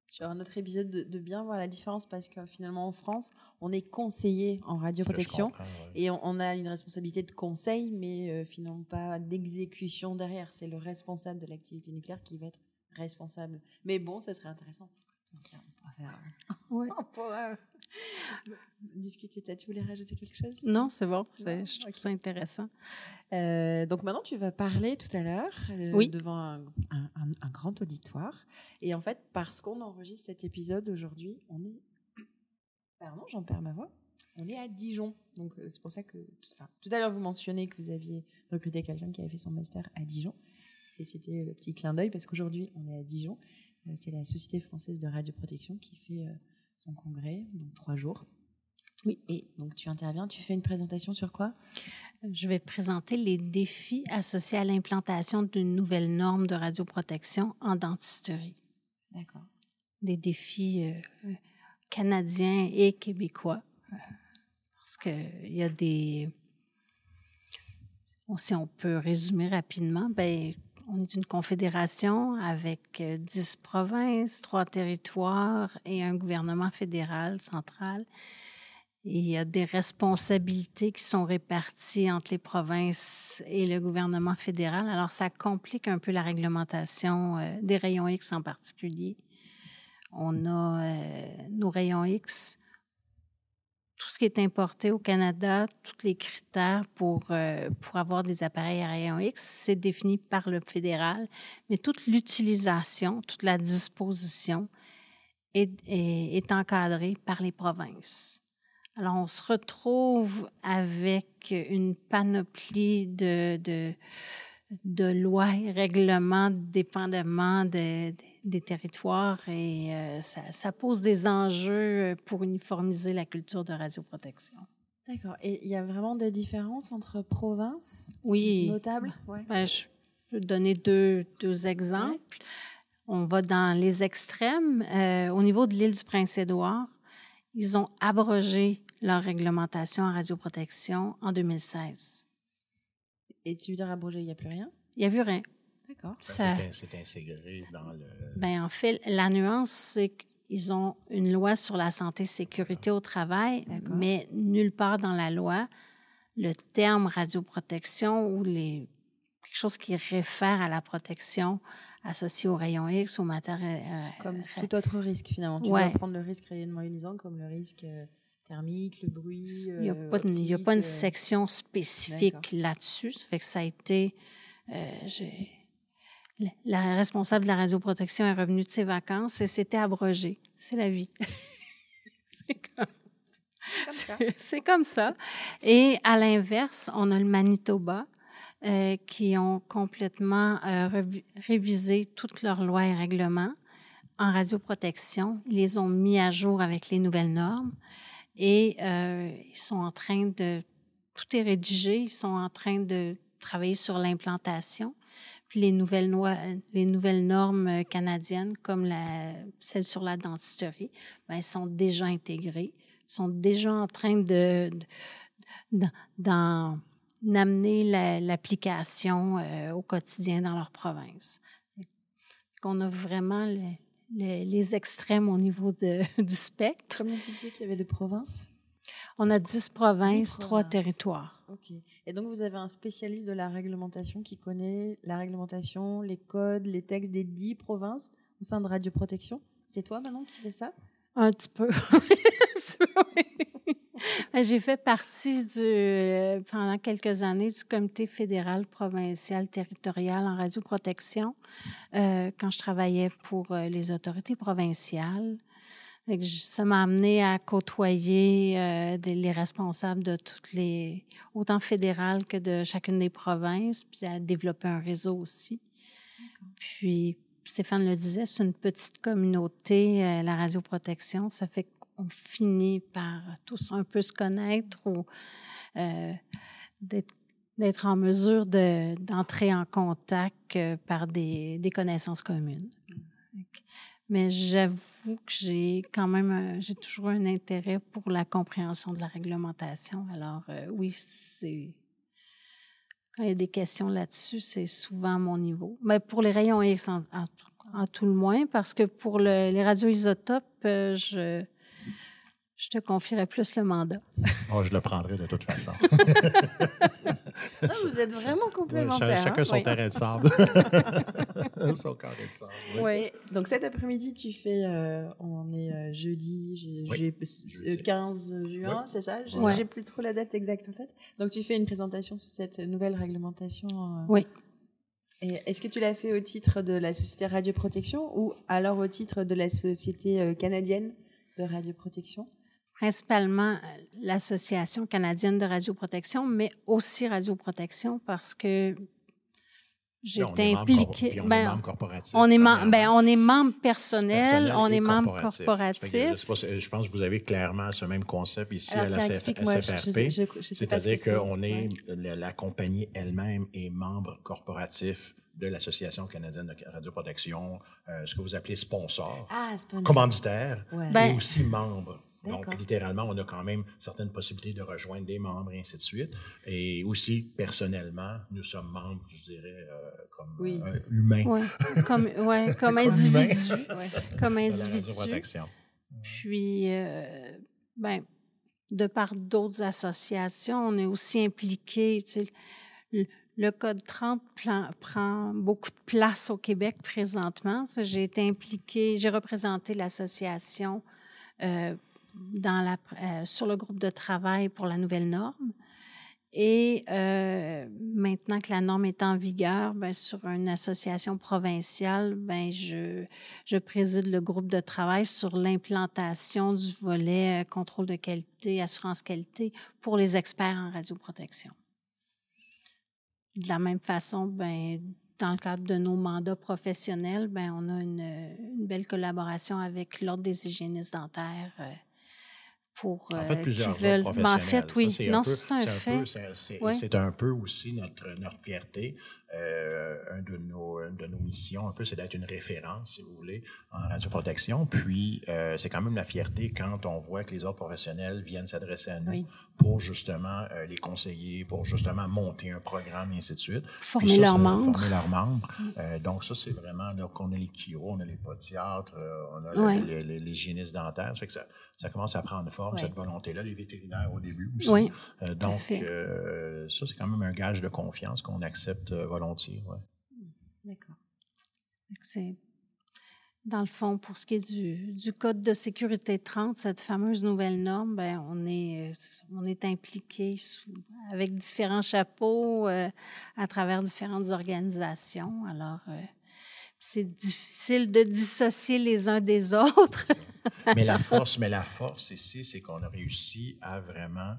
sur un autre épisode de, de bien voir la différence parce que finalement en France, on est conseillé en radioprotection ouais. et on, on a une responsabilité de conseil, mais euh, finalement pas d'exécution derrière. C'est le responsable de l'activité nucléaire qui va être responsable. Mais bon, ça serait intéressant. On pourra faire. Ouais. On pourra discuter de ça. Tu voulais rajouter quelque chose? Non, c'est bon. C'est, Non? je trouve Okay. ça intéressant. Euh, donc maintenant, tu vas parler tout à l'heure euh, oui. devant un, un, un, un grand auditoire. Et en fait, parce qu'on enregistre cet épisode aujourd'hui, on est... Pardon, j'en perds ma voix. On est à Dijon. Donc euh, c'est pour ça que... Enfin, tout à l'heure, vous mentionnez que vous aviez recruté quelqu'un qui avait fait son master à Dijon. Et c'était le petit clin d'œil parce qu'aujourd'hui, on est à Dijon. Euh, c'est la Société française de radioprotection qui fait euh, son congrès dans trois jours. Oui, et donc tu interviens, tu fais une présentation sur quoi? Je vais présenter les défis associés à l'implantation d'une nouvelle norme de radioprotection en dentisterie. D'accord. Des défis euh, canadiens et québécois. Parce qu'il y a des... Si on peut résumer rapidement, bien, on est une confédération avec dix provinces, trois territoires et un gouvernement fédéral, central. Et il y a des responsabilités qui sont réparties entre les provinces et le gouvernement fédéral. Alors, ça complique un peu la réglementation euh, des rayons X en particulier. On a euh, nos rayons X, tout ce qui est importé au Canada, tous les critères pour, euh, pour avoir des appareils à rayons X, c'est défini par le fédéral, mais toute l'utilisation, toute la disposition est, est, est encadrée par les provinces. Alors, on se retrouve avec une panoplie de, de, de lois et règlements dépendamment de, de, des territoires et euh, ça, ça pose des enjeux pour uniformiser la culture de radioprotection. D'accord. Et il y a vraiment des différences entre provinces? Oui. Notables? Ouais. Ben, je peux donner deux, deux exemples. Ouais. On va dans les extrêmes. Euh, au niveau de l'île du Prince-Édouard, ils ont abrogé leur réglementation en radioprotection en deux mille seize. Et tu veux dire abrogé, il n'y a plus rien? Il n'y a plus rien. D'accord. Ça... C'est, c'est intégré dans le... Bien, en fait, la nuance, c'est qu'ils ont une loi sur la santé et sécurité au travail, D'accord. mais nulle part dans la loi, le terme radioprotection ou les... quelque chose qui réfère à la protection associée aux rayons X, aux matières... Euh, comme tout autre risque, finalement. Tu ouais. dois prendre le risque rayonnement ionisant comme le risque... Euh... thermique, le bruit. Il n'y a, euh, a pas une section spécifique D'accord. là-dessus. Ça fait que ça a été. Euh, j'ai, la responsable de la radioprotection est revenue de ses vacances et c'était abrogé. C'est la vie. c'est, comme, comme ça. C'est, c'est comme ça. Et à l'inverse, on a le Manitoba euh, qui ont complètement euh, revu, révisé toutes leurs lois et règlements en radioprotection. Ils les ont mis à jour avec les nouvelles normes. Et euh, ils sont en train de... Tout est rédigé, ils sont en train de travailler sur l'implantation. Puis les nouvelles, noix, les nouvelles normes canadiennes, comme la, celle sur la dentisterie, bien, elles sont déjà intégrées. Ils sont déjà en train de, de, d'en amener la, l'application euh, au quotidien dans leur province. On a vraiment... Le, Les, les extrêmes au niveau de, du spectre. Combien tu disais qu'il y avait de provinces? On a dix provinces, trois territoires. OK. Et donc, vous avez un spécialiste de la réglementation qui connaît la réglementation, les codes, les textes des dix provinces au sein de Radioprotection. C'est toi, Manon, qui fais ça? Un petit peu. Un petit peu, oui. J'ai fait partie du, euh, pendant quelques années du comité fédéral, provincial, territorial en radioprotection euh, quand je travaillais pour euh, les autorités provinciales. Je, ça m'a amené à côtoyer euh, des, les responsables de toutes les, autant fédérales que de chacune des provinces, puis à développer un réseau aussi. D'accord. Puis Stéphane le disait, c'est une petite communauté, euh, la radioprotection, ça fait on finit par tous un peu se connaître ou euh, d'être, d'être en mesure de, d'entrer en contact euh, par des, des connaissances communes. Mm. Mais j'avoue que j'ai quand même un, j'ai toujours un intérêt pour la compréhension de la réglementation. Alors euh, oui, c'est Quand il y a des questions là-dessus, c'est souvent à mon niveau. Mais pour les rayons X, en, en, en tout le moins, parce que pour le, les radioisotopes, euh, je, je te confierais plus le mandat. Oh, je le prendrai de toute façon. Ah, vous êtes vraiment Ouais, complémentaires. chacun hein? son Oui. terrain de sable. Son carré de sable. Oui. Oui. Et donc cet après-midi, tu fais, euh, on est euh, jeudi, j'ai, Oui, j'ai- jeudi. euh, quinze juin, Oui. c'est ça? J'ai, Ouais. j'ai plus trop la date exacte en fait. Donc tu fais une présentation sur cette nouvelle réglementation. euh, Oui. Et est-ce que tu l'as fait au titre de la Société Radioprotection ou alors au titre de la Société euh, canadienne de radioprotection? Principalement euh, l'Association canadienne de radioprotection, mais aussi radioprotection parce que Puis j'ai on été est membre cor- impliquée. puis on est Ben, membre corporatif. on est, mem- premièrement. ben, on est membre personnel, Personnel on et est membre corporatif. corporatif. Fait que je, sais pas, si- je pense que vous avez clairement ce même concept ici Alors à tiens, la explique-moi, je, S F je, R sais- P. je, je sais pas ce C'est-à-dire que c'est. qu'on est, Ouais. la, la compagnie elle-même est membre corporatif de l'Association canadienne de radioprotection, euh, ce que vous appelez sponsor, Ah, sponsor. commanditaire, Ouais. Ben, et aussi membre. D'accord. Donc, littéralement, on a quand même certaines possibilités de rejoindre des membres et ainsi de suite. Et aussi, personnellement, nous sommes membres, je dirais, euh, comme Oui. euh, humains ouais, comme, ouais, comme Comme individu. Ouais. Comme de la individu. radioprotection. Puis, euh, ben, de par d'autres associations, on est aussi impliqué. Tu sais, le, le Code trente plan- prend beaucoup de place au Québec présentement. J'ai été impliquée, j'ai représenté l'association euh, dans la, euh, sur le groupe de travail pour la nouvelle norme. Et euh, maintenant que la norme est en vigueur, ben, sur une association provinciale, ben, je, je préside le groupe de travail sur l'implantation du volet euh, contrôle de qualité, assurance qualité pour les experts en radioprotection. De la même façon, ben, dans le cadre de nos mandats professionnels, ben, on a une, une belle collaboration avec l'Ordre des hygiénistes dentaires. Euh, pour En fait, euh, plusieurs qui veulent. ordres Ben, en professionnels. fait, oui. Ça, c'est un Non, peu- c'est un c'est fait. peu- c'est- c'est- Ouais. c'est un peu aussi notre, notre fierté. Euh, un de nos, une de nos missions, un peu, c'est d'être une référence, si vous voulez, en radioprotection. Puis, euh, c'est quand même la fierté quand on voit que les ordres professionnels viennent s'adresser à nous Oui. pour justement euh, les conseiller, pour justement monter un programme et ainsi de suite. Puis Former ça, leurs ça- membres. Former leurs membres. Euh, donc, ça, c'est vraiment, là, qu'on a les chiro, on a les podiatres, euh, on a Ouais. les, les, les hygiénistes dentaires. Ça fait que ça, ça commence à prendre forme, Ouais. cette volonté-là, les vétérinaires au début aussi. Oui. Euh, donc, fait. euh, ça, c'est quand même un gage de confiance qu'on accepte euh, volontiers. Ouais. D'accord. C'est, dans le fond, pour ce qui est du, du Code de sécurité trente, cette fameuse nouvelle norme, ben, on est, on est impliqué sous, avec différents chapeaux euh, à travers différentes organisations. Alors, euh, c'est difficile de dissocier les uns des autres. mais la force, mais la force ici, c'est qu'on a réussi à vraiment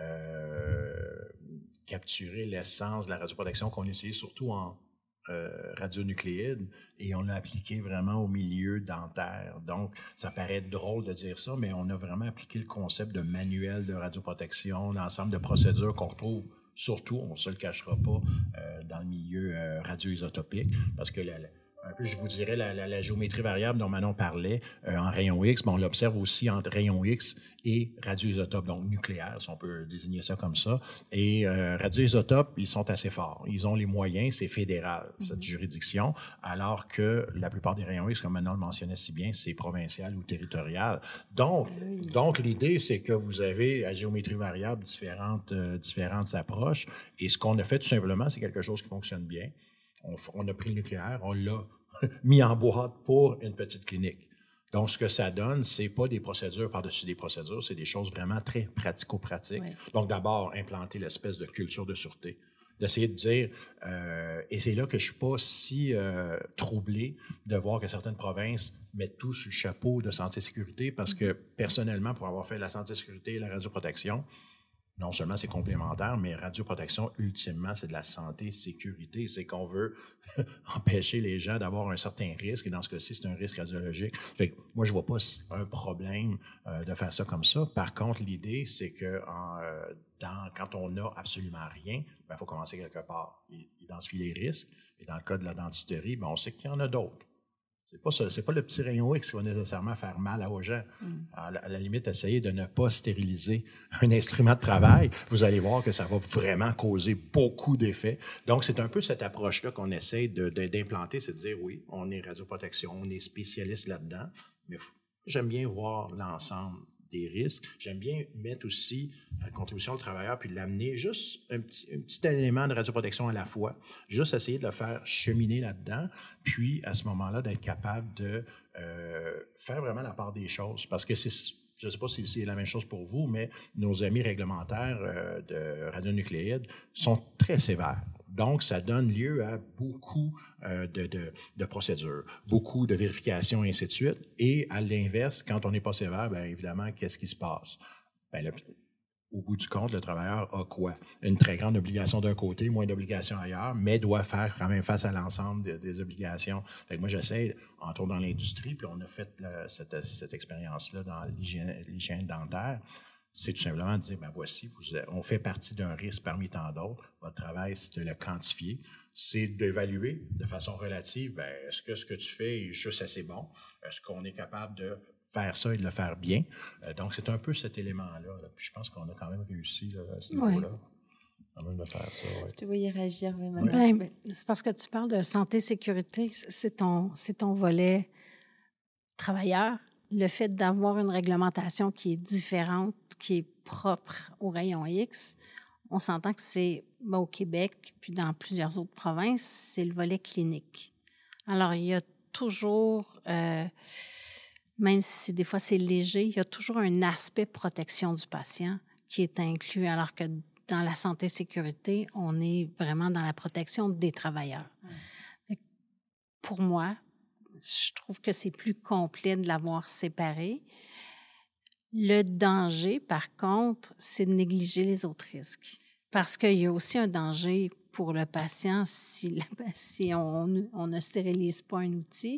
euh, capturer l'essence de la radioprotection qu'on utilise surtout en euh, radionucléide et on l'a appliqué vraiment au milieu dentaire. Donc, ça paraît drôle de dire ça, mais on a vraiment appliqué le concept de manuel de radioprotection, l'ensemble de procédures qu'on retrouve surtout, on ne se le cachera pas, euh, dans le milieu euh, radioisotopique, parce que la, la un peu, je vous dirais, la, la, la géométrie variable dont Manon parlait euh, en rayon X, mais on l'observe aussi entre rayon X et radioisotope, donc nucléaire, si on peut désigner ça comme ça. Et euh, radioisotopes, ils sont assez forts. Ils ont les moyens, c'est fédéral, cette mm-hmm. juridiction, alors que la plupart des rayons X, comme Manon le mentionnait si bien, c'est provincial ou territorial. Donc, oui. donc l'idée, c'est que vous avez à géométrie variable différentes, euh, différentes approches. Et ce qu'on a fait tout simplement, c'est quelque chose qui fonctionne bien. On, on a pris le nucléaire, on l'a mis en boîte pour une petite clinique. Donc, ce que ça donne, c'est pas des procédures par-dessus des procédures, c'est des choses vraiment très pratico-pratiques. Oui. Donc, d'abord, implanter l'espèce de culture de sûreté, d'essayer de dire, euh, et c'est là que je suis pas si euh, troublé de voir que certaines provinces mettent tout sous le chapeau de santé-sécurité, parce que, personnellement, pour avoir fait la santé-sécurité et la radioprotection, non seulement c'est complémentaire, mais radioprotection, ultimement, c'est de la santé-sécurité. C'est qu'on veut empêcher les gens d'avoir un certain risque, et dans ce cas-ci, c'est un risque radiologique. Fait que moi, je vois pas un problème euh, de faire ça comme ça. Par contre, l'idée, c'est que en, euh, dans, quand on n'a absolument rien, il faut commencer quelque part. Identifier les risques. Et dans le cas de la dentisterie, ben, on sait qu'il y en a d'autres. C'est pas ça, c'est pas le petit rayon X qui va nécessairement faire mal aux gens. Mm. À, la, à la limite, essayez de ne pas stériliser un instrument de travail. Vous allez voir que ça va vraiment causer beaucoup d'effets. Donc, c'est un peu cette approche-là qu'on essaie de, de, d'implanter, c'est de dire, oui, on est radioprotection, on est spécialiste là-dedans, mais f- j'aime bien voir l'ensemble des risques. J'aime bien mettre aussi la contribution du travailleur puis l'amener juste un petit, un petit élément de radioprotection à la fois, juste essayer de le faire cheminer là-dedans, puis à ce moment-là, d'être capable de euh, faire vraiment la part des choses. Parce que c'est, je ne sais pas si c'est la même chose pour vous, mais nos amis réglementaires euh, de radionucléides sont très sévères. Donc, ça donne lieu à beaucoup euh, de, de, de procédures, beaucoup de vérifications, et ainsi de suite. Et à l'inverse, quand on n'est pas sévère, bien évidemment, qu'est-ce qui se passe? Bien, le, au bout du compte, le travailleur a quoi? Une très grande obligation d'un côté, moins d'obligations ailleurs, mais doit faire quand même face à l'ensemble de, des obligations. Fait que moi, j'essaie, entre autres dans l'industrie, puis on a fait là, cette, cette expérience-là dans l'hygiène, l'hygiène dentaire, c'est tout simplement de dire, ben voici, vous, on fait partie d'un risque parmi tant d'autres. Votre travail, c'est de le quantifier. C'est d'évaluer de façon relative, ben, est-ce que ce que tu fais est juste assez bon? Est-ce qu'on est capable de faire ça et de le faire bien? Euh, donc, c'est un peu cet élément-là. Là. Puis je pense qu'on a quand même réussi là, à ce niveau-là. Oui. Quand même de faire ça, ouais. Je te voyais réagir. Oui. Ben, c'est parce que tu parles de santé-sécurité. C'est ton, c'est ton volet travailleur. Le fait d'avoir une réglementation qui est différente, qui est propre au rayon X, on s'entend que c'est ben, au Québec, puis dans plusieurs autres provinces, c'est le volet clinique. Alors, il y a toujours, euh, même si des fois c'est léger, il y a toujours un aspect protection du patient qui est inclus, alors que dans la santé-sécurité, on est vraiment dans la protection des travailleurs. Mmh. Pour moi, je trouve que c'est plus complet de l'avoir séparé. Le danger, par contre, c'est de négliger les autres risques. Parce qu'il y a aussi un danger pour le patient si, la, si on, on ne stérilise pas un outil.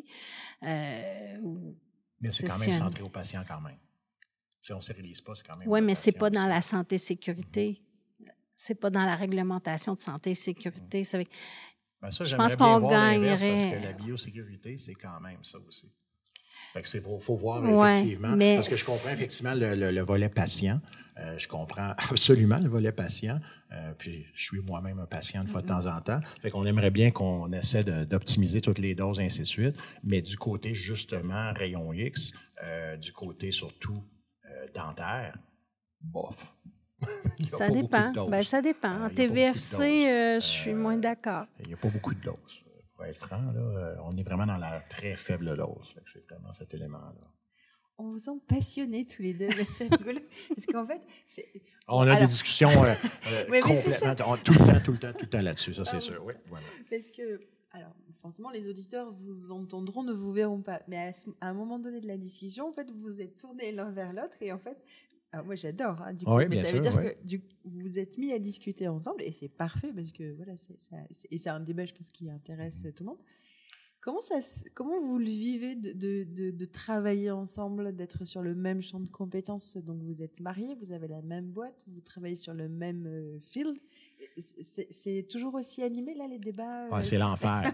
Euh, mais c'est, c'est quand même si centré un... au patient quand même. Si on ne stérilise pas, c'est quand même... Oui, mais ce n'est pas dans la santé-sécurité. Mm-hmm. Ce n'est pas dans la réglementation de santé-sécurité. Mm-hmm. Avec... Ben ça, je pense qu'on gagnerait... Parce que la biosécurité, c'est quand même ça aussi. Fait que c'est, faut, faut voir ouais, effectivement, parce que je comprends effectivement le, le, le volet patient, euh, je comprends absolument le volet patient, euh, puis je suis moi-même un patient une fois mm-hmm. de temps en temps, fait qu'on aimerait bien qu'on essaie de, d'optimiser toutes les doses et ainsi de suite, mais du côté justement rayon X, euh, du côté surtout euh, dentaire, bof. Ça dépend, de ben, ça dépend. En euh, T V F C, euh, je suis euh, moins d'accord. Il n'y a pas beaucoup de doses. Pour être franc, là, on est vraiment dans la très faible dose. Fait que c'est vraiment cet élément-là. On vous sent passionnés tous les deux, c'est rigolo. Parce qu'en fait, c'est... On a Alors... des discussions euh, euh, oui, complètement, on, tout le temps, tout le temps, tout le temps là-dessus, ça c'est sûr. Oui, voilà. Parce que, alors, forcément, les auditeurs vous entendront, ne vous verront pas. Mais à, ce, à un moment donné de la discussion, en fait, vous vous êtes tournés l'un vers l'autre et en fait, alors moi j'adore, hein, du coup, oui, mais ça sûr, veut dire oui. que du, vous vous êtes mis à discuter ensemble et c'est parfait parce que voilà, c'est, ça, c'est, et c'est un débat, je pense, qui intéresse tout le monde. Comment, ça, comment vous le vivez de, de, de, de travailler ensemble, d'être sur le même champ de compétences? Donc vous êtes mariés, vous avez la même boîte, vous travaillez sur le même euh, field. C'est, c'est toujours aussi animé là les débats? Ouais, euh... c'est l'enfer.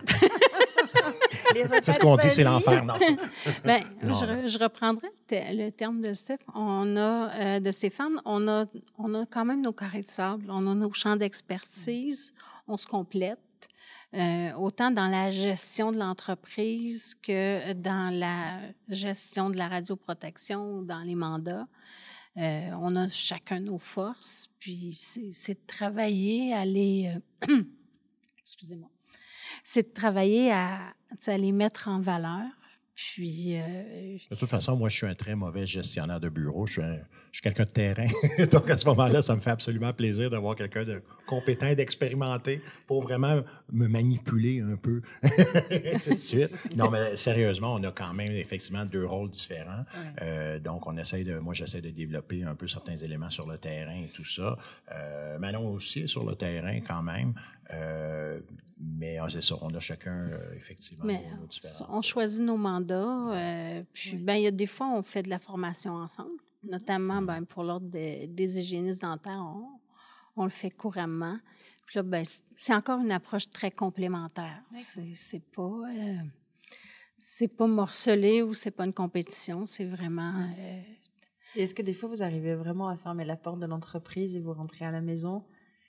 C'est ce qu'on dit, c'est l'enfer, non? ben, non, je, je reprendrai le terme de Steph. On a, euh, de Stéphane, on a, on a quand même nos carrés de sable, on a nos champs d'expertise, on se complète, euh, autant dans la gestion de l'entreprise que dans la gestion de la radioprotection ou dans les mandats. Euh, on a chacun nos forces, puis c'est, c'est de travailler à les... Euh, excusez-moi. C'est de travailler à, à les mettre en valeur. Puis, euh, de toute façon, moi, je suis un très mauvais gestionnaire de bureau. Je suis, un, je suis quelqu'un de terrain. Donc, à ce moment-là, ça me fait absolument plaisir d'avoir quelqu'un de compétent et d'expérimenté pour vraiment me manipuler un peu. Et ainsi de suite. Non, mais sérieusement, on a quand même effectivement deux rôles différents. Ouais. Euh, donc, on essaie de, moi, j'essaie de développer un peu certains éléments sur le terrain et tout ça. Euh, Manon aussi sur le terrain quand même. Euh, mais c'est ça, on a chacun euh, effectivement mais nos, nos différents. On choisit nos mandats, euh, puis oui. ben il y a des fois on fait de la formation ensemble, notamment ben pour l'ordre de, des hygiénistes dentaires, on, on le fait couramment. Puis là ben c'est encore une approche très complémentaire. C'est, c'est pas euh, c'est pas morcelé ou c'est pas une compétition, c'est vraiment... Euh... Et est-ce que des fois, vous arrivez vraiment à fermer la porte de l'entreprise et vous rentrez à la maison?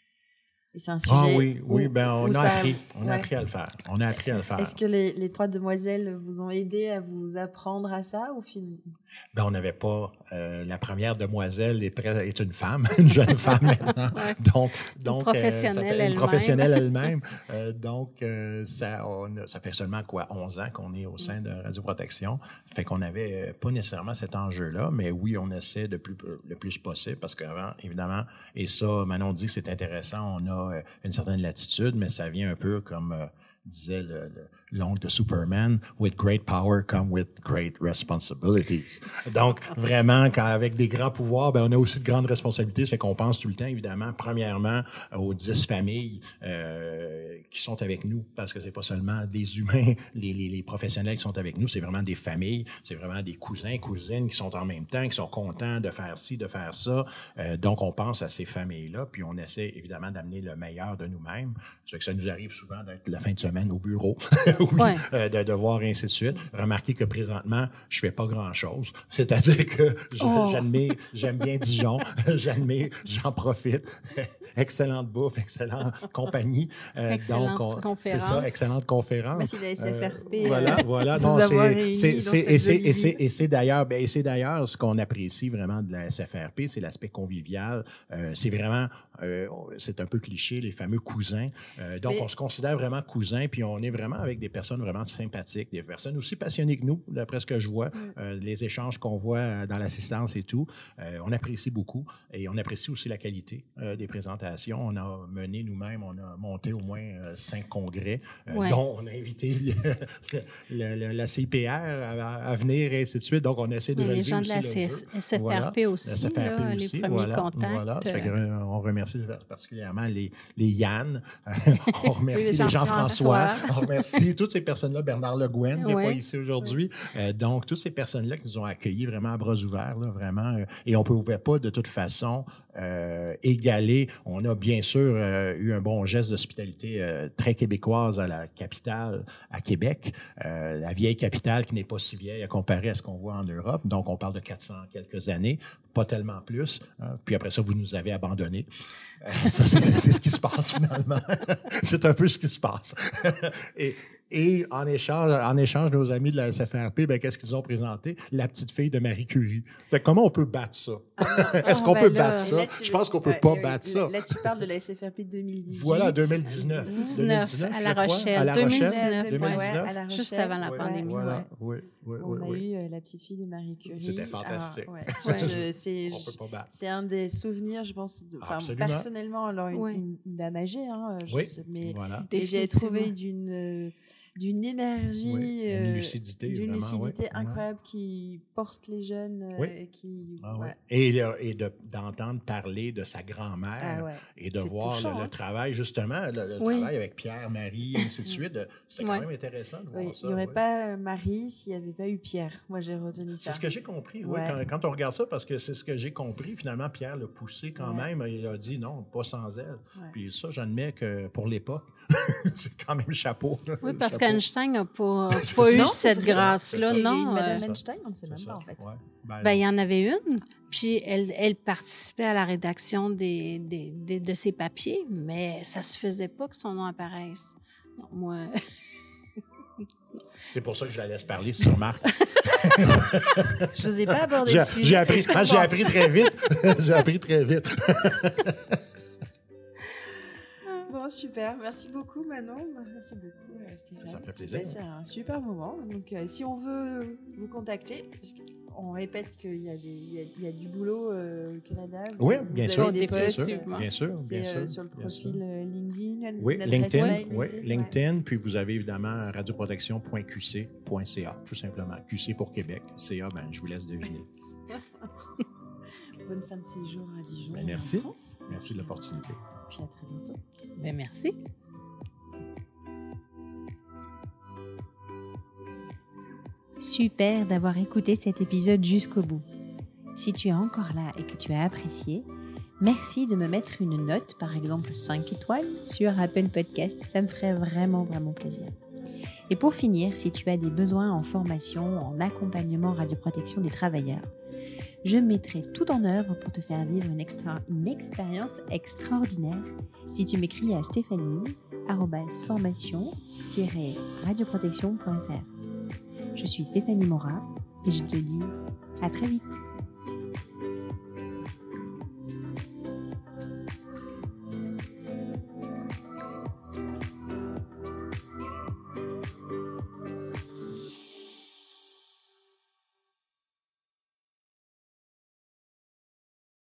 Et c'est un sujet ah oui, où, oui, ben on a ça... appris, on ouais. a appris à le faire. On a appris à le faire. Est-ce que les, les trois demoiselles vous ont aidé à vous apprendre à ça ou film? Ben, on n'avait pas euh, la première demoiselle est, près, est une femme, une jeune femme maintenant, ouais. donc donc une professionnelle euh, ça fait, elle-même. Une professionnelle elle-même. euh, donc euh, ça on a, ça fait seulement quoi onze ans qu'on est au sein de Radioprotection, fait qu'on n'avait pas nécessairement cet enjeu-là, mais oui, on essaie de plus le plus possible parce qu'avant évidemment, et ça Manon dit que c'est intéressant, on a une certaine latitude, mais ça vient un peu comme euh, disait le, le, l'oncle de Superman, with great power come with great responsibilities. Donc, vraiment, quand, avec des grands pouvoirs, ben, on a aussi de grandes responsabilités. Ça fait qu'on pense tout le temps, évidemment, premièrement, aux dix familles euh, qui sont avec nous, parce que c'est pas seulement des humains, les, les, les professionnels qui sont avec nous, c'est vraiment des familles, c'est vraiment des cousins, cousines qui sont en même temps, qui sont contents de faire ci, de faire ça. Euh, donc, on pense à ces familles-là, puis on essaie, évidemment, d'amener le meilleur de nous-mêmes. Ça fait que ça nous arrive souvent d'être la fin de semaine au bureau. oui, ouais. euh, de devoir et ainsi de suite. Remarquez que présentement, je fais pas grand-chose. C'est-à-dire que je, oh. j'admets, j'aime bien Dijon, j'admets, j'en profite. Excellente bouffe, excellente compagnie. Euh, excellente donc, on, conférence. C'est ça, excellente conférence. Merci de la S F R P. Euh, voilà, voilà. Nous avoir réunis c'est, dans c'est, cette et, c'est, jolie et, c'est, et c'est d'ailleurs, ben, et c'est d'ailleurs ce qu'on apprécie vraiment de la S F R P, c'est l'aspect convivial. Euh, c'est vraiment, euh, c'est un peu cliché, les fameux cousins. Euh, donc, Mais... on se considère vraiment cousins, puis on est vraiment avec des personnes vraiment sympathiques, des personnes aussi passionnées que nous, d'après ce que je vois, mm. euh, les échanges qu'on voit dans l'assistance et tout. Euh, on apprécie beaucoup et on apprécie aussi la qualité euh, des présentations. On a mené nous-mêmes, on a monté au moins euh, cinq congrès, euh, ouais. dont on a invité le, le, le, la C I P R à, à venir et ainsi de suite. Donc, on essaie de relever les gens de la S F R P voilà. aussi, S F R P là, aussi, les premiers voilà, contacts. Voilà. Ça fait qu'on remercie particulièrement les, les Yann, on remercie oui, les Jean-François, on remercie toutes ces personnes-là, Bernard Le Guen, qui n'est ouais. pas ici aujourd'hui. Ouais. Euh, donc, toutes ces personnes-là qui nous ont accueillis vraiment à bras ouverts, là, vraiment. Euh, et on ne pouvait pas, de toute façon, euh, égaler. On a bien sûr euh, eu un bon geste d'hospitalité euh, très québécoise à la capitale, à Québec. Euh, la vieille capitale qui n'est pas si vieille à comparer à ce qu'on voit en Europe. Donc, on parle de quatre cents quelques années, pas tellement plus. Hein. Puis après ça, vous nous avez abandonnés. Euh, ça, c'est, c'est ce qui se passe finalement. C'est un peu ce qui se passe. Et, Et en échange, en échange, nos amis de la S F R P, ben, qu'est-ce qu'ils ont présenté? La petite fille de Marie Curie. Fait que comment on peut battre ça? Ah, Est-ce oh, qu'on ben peut là, battre ça? Là, Je pense qu'on ne peut ouais, pas oui, battre là, ça. Là, tu parles de la S F R P deux mille dix-huit. Voilà, deux mille dix-neuf. dix-neuf, à La Rochelle. À La deux mille Rochelle. dix-neuf, ouais, à La Rochelle. Juste avant la ouais, pandémie. Voilà. Ouais. Oui, oui, on oui, a oui. eu euh, la petite fille de Marie Curie. C'était fantastique. Alors, ouais. je, c'est, on peut pas battre. C'est un des souvenirs, je pense, enfin, personnellement, alors une, ouais. une, une dame âgée, hein, je oui, sais, mais voilà. j'ai trouvé d'une... d'une énergie, oui, euh, une lucidité, d'une vraiment, lucidité ouais. incroyable qui porte les jeunes. Euh, oui. qui, ah, ouais. ouais. Et, et de, d'entendre parler de sa grand-mère ah, ouais. et de c'est voir touchant, le, hein? le travail, justement, le, le oui. travail avec Pierre, Marie, et ainsi de suite. C'était ouais. quand même intéressant de voir oui, ça. Il n'y aurait oui. pas Marie s'il n'y avait pas eu Pierre. Moi, j'ai retenu ça. C'est ce que j'ai compris, oui, ouais. quand, quand on regarde ça, parce que c'est ce que j'ai compris. Finalement, Pierre l'a poussé quand ouais. même. Il a dit non, pas sans elle. Ouais. Puis ça, j'admets que pour l'époque, c'est quand même chapeau. Là, oui, parce chapeau. qu'Einstein n'a pas, pas eu non, cette grâce-là. Il y a non, une Madame euh, Einstein, on ne sait même pas, en fait. Ouais. Ben, ben, il y en avait une, puis elle, elle participait à la rédaction des, des, des, de ses papiers, mais ça ne se faisait pas que son nom apparaisse. Non, moi... C'est pour ça que je la laisse parler sur Marc. Je n'osais pas aborder j'ai, le sujet. J'ai appris, ah, j'ai appris très vite. J'ai appris très vite. Bon, super. Merci beaucoup, Manon. Merci beaucoup, Stéphane. Ça me fait plaisir. C'est un super moment. Donc, euh, si on veut vous contacter, parce qu'on répète qu'il y a, des, il y a, il y a du boulot euh, au Canada. Oui, bien sûr, des bien, postes, sûr bien sûr. C'est bien euh, sûr, sur le bien profil sûr. LinkedIn. Oui, LinkedIn, mail, oui, LinkedIn. LinkedIn. Ouais. Puis vous avez évidemment radioprotection point q c point c a, tout simplement. Q C pour Québec. C A, ben, je vous laisse deviner. Bonne fin de séjour à Dijon. Ben, merci. En France. Merci de l'opportunité. Puis à très bientôt. Ben, merci. Super d'avoir écouté cet épisode jusqu'au bout. Si tu es encore là et que tu as apprécié, merci de me mettre une note, par exemple cinq étoiles, sur Apple Podcast. Ça me ferait vraiment, vraiment plaisir. Et pour finir, si tu as des besoins en formation, en accompagnement radioprotection des travailleurs, je mettrai tout en œuvre pour te faire vivre une, extra, une expérience extraordinaire si tu m'écris à stéphanie arobase formation tiret radioprotection point f r. Je suis Stéphanie Morat et je te dis à très vite.